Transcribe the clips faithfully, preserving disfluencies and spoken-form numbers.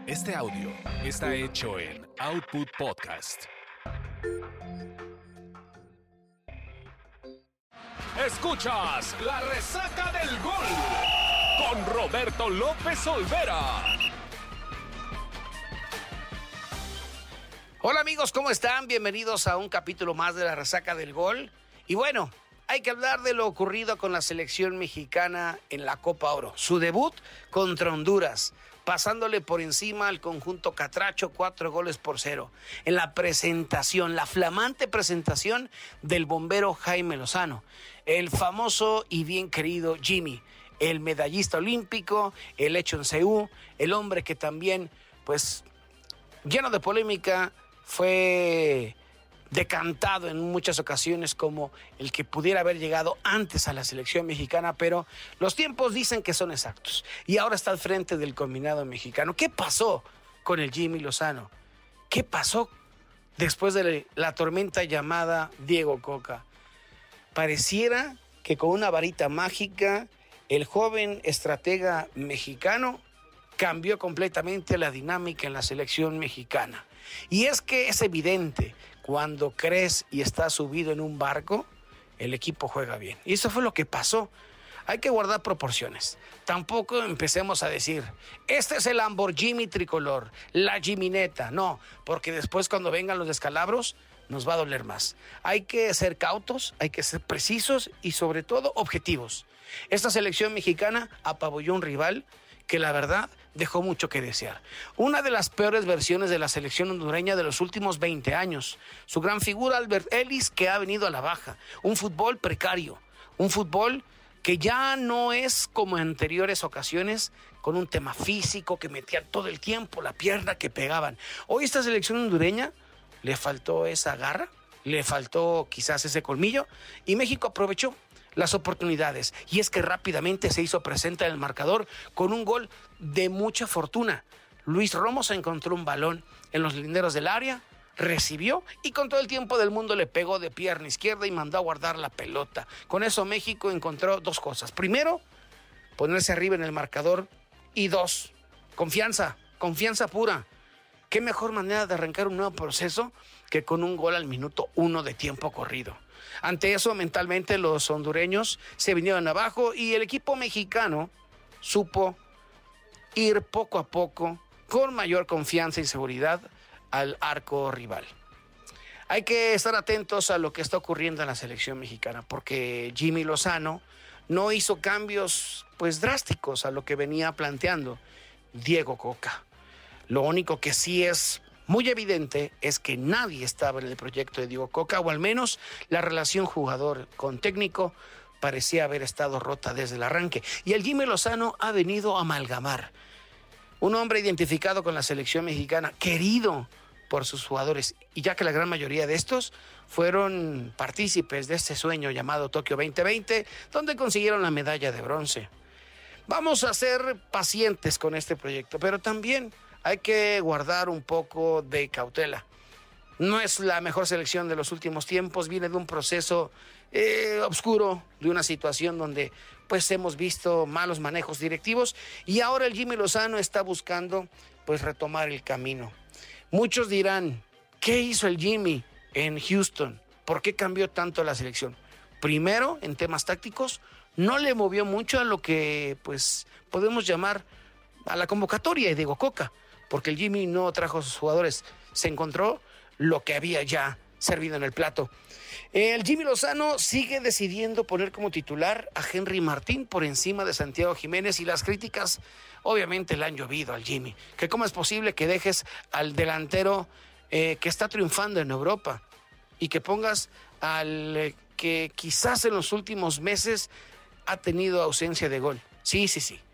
Este audio está hecho en Output Podcast. Escuchas La Resaca del Gol con Roberto López Olvera. Hola amigos, ¿cómo están? Bienvenidos a un capítulo más de La Resaca del Gol. Y bueno, hay que hablar de lo ocurrido con la selección mexicana en la Copa Oro. Su debut contra Honduras, pasándole por encima al conjunto catracho, cuatro goles por cero. En la presentación, la flamante presentación del bombero Jaime Lozano, el famoso y bien querido Jimmy, el medallista olímpico, el hecho en C U, el hombre que también, pues, lleno de polémica, fue decantado en muchas ocasiones como el que pudiera haber llegado antes a la selección mexicana, pero los tiempos dicen que son exactos y ahora está al frente del combinado mexicano. ¿Qué pasó con el Jimmy Lozano? ¿Qué pasó después de la tormenta llamada Diego Coca? Pareciera que con una varita mágica el joven estratega mexicano cambió completamente la dinámica en la selección mexicana. Y es que es evidente, cuando crees y estás subido en un barco, el equipo juega bien. Y eso fue lo que pasó. Hay que guardar proporciones. Tampoco empecemos a decir, este es el Lamborghini tricolor, la Jimineta. No, porque después cuando vengan los descalabros, nos va a doler más. Hay que ser cautos, hay que ser precisos y sobre todo objetivos. Esta selección mexicana apabulló a un rival que la verdad dejó mucho que desear. Una de las peores versiones de la selección hondureña de los últimos veinte años. Su gran figura, Albert Ellis, que ha venido a la baja. Un fútbol precario, un fútbol que ya no es como en anteriores ocasiones, con un tema físico que metían todo el tiempo, la pierna que pegaban. Hoy esta selección hondureña le faltó esa garra, le faltó quizás ese colmillo, y México aprovechó las oportunidades, y es que rápidamente se hizo presente en el marcador con un gol de mucha fortuna. Luis Romo se encontró un balón en los linderos del área, recibió y con todo el tiempo del mundo le pegó de pierna izquierda y mandó a guardar la pelota. Con eso México encontró dos cosas. Primero, ponerse arriba en el marcador, y dos, confianza, confianza pura. ¿Qué mejor manera de arrancar un nuevo proceso que con un gol al minuto uno de tiempo corrido? Ante eso, mentalmente los hondureños se vinieron abajo y el equipo mexicano supo ir poco a poco, con mayor confianza y seguridad, al arco rival. Hay que estar atentos a lo que está ocurriendo en la selección mexicana, porque Jimmy Lozano no hizo cambios pues drásticos a lo que venía planteando Diego Coca. Lo único que sí es muy evidente es que nadie estaba en el proyecto de Diego Coca, o al menos la relación jugador con técnico parecía haber estado rota desde el arranque. Y el Jimmy Lozano ha venido a amalgamar. Un hombre identificado con la selección mexicana, querido por sus jugadores, y ya que la gran mayoría de estos fueron partícipes de este sueño llamado Tokio veinte veinte, donde consiguieron la medalla de bronce. Vamos a ser pacientes con este proyecto, pero también hay que guardar un poco de cautela. No es la mejor selección de los últimos tiempos, viene de un proceso eh, oscuro, de una situación donde pues hemos visto malos manejos directivos, y ahora el Jimmy Lozano está buscando pues retomar el camino. Muchos dirán, ¿qué hizo el Jimmy en Houston? ¿Por qué cambió tanto la selección? Primero, en temas tácticos, no le movió mucho a lo que pues podemos llamar a la convocatoria de Diego Coca, porque el Jimmy no trajo a sus jugadores, se encontró lo que había ya servido en el plato. El Jimmy Lozano sigue decidiendo poner como titular a Henry Martín por encima de Santiago Jiménez, y las críticas obviamente le han llovido al Jimmy, que cómo es posible que dejes al delantero eh, que está triunfando en Europa y que pongas al eh, que quizás en los últimos meses ha tenido ausencia de gol. Sí, sí, sí.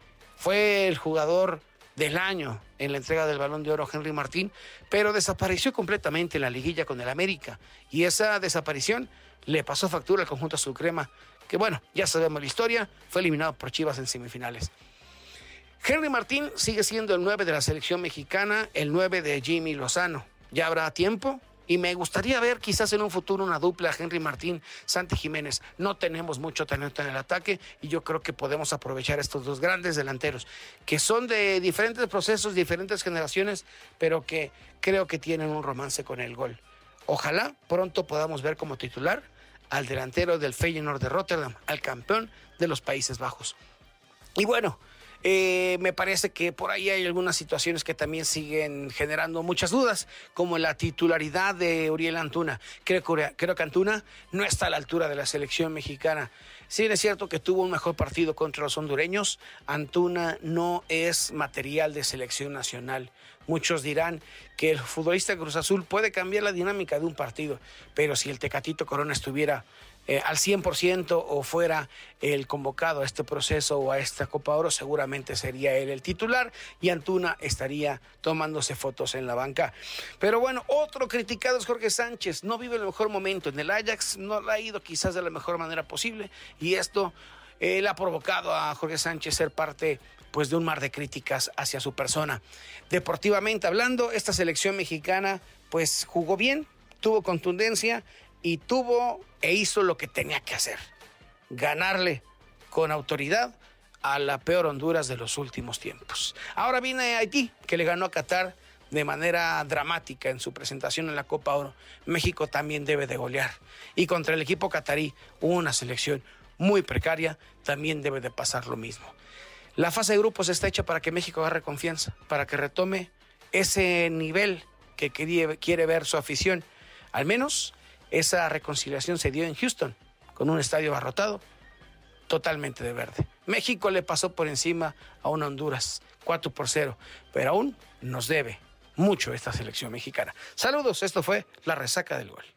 Fue el jugador del año en la entrega del Balón de Oro Henry Martín, pero desapareció completamente en la liguilla con el América, y esa desaparición le pasó factura al conjunto azul crema, que bueno, ya sabemos la historia, fue eliminado por Chivas en semifinales. Henry Martín sigue siendo el nueve de la selección mexicana, el nueve de Jimmy Lozano. Ya habrá tiempo Y me gustaría ver quizás en un futuro una dupla Henry Martín, Santi Jiménez. No tenemos mucho talento en el ataque y yo creo que podemos aprovechar estos dos grandes delanteros que son de diferentes procesos, diferentes generaciones, pero que creo que tienen un romance con el gol. Ojalá pronto podamos ver como titular al delantero del Feyenoord de Rotterdam, al campeón de los Países Bajos. Y bueno, Eh, me parece que por ahí hay algunas situaciones que también siguen generando muchas dudas, como la titularidad de Uriel Antuna. Creo que, creo que Antuna no está a la altura de la selección mexicana. Si bien es cierto que tuvo un mejor partido contra los hondureños, Antuna no es material de selección nacional. Muchos dirán que el futbolista de Cruz Azul puede cambiar la dinámica de un partido, pero si el Tecatito Corona estuviera Eh, al cien por ciento o fuera el convocado a este proceso o a esta Copa Oro, seguramente sería él el titular y Antuna estaría tomándose fotos en la banca. Pero bueno, otro criticado es Jorge Sánchez. No vive el mejor momento en el Ajax, no lo ha ido quizás de la mejor manera posible y esto eh, le ha provocado a Jorge Sánchez ser parte pues de un mar de críticas hacia su persona. Deportivamente hablando, esta selección mexicana pues jugó bien, tuvo contundencia y tuvo e hizo lo que tenía que hacer, ganarle con autoridad a la peor Honduras de los últimos tiempos. Ahora viene Haití, que le ganó a Qatar de manera dramática en su presentación en la Copa Oro. México también debe de golear. Y contra el equipo catarí, una selección muy precaria, también debe de pasar lo mismo. La fase de grupos está hecha para que México agarre confianza, para que retome ese nivel que quería, quiere ver su afición. Al menos esa reconciliación se dio en Houston, con un estadio abarrotado, totalmente de verde. México le pasó por encima a una Honduras, cuatro por cero, pero aún nos debe mucho esta selección mexicana. Saludos, esto fue La Resaca del Gol.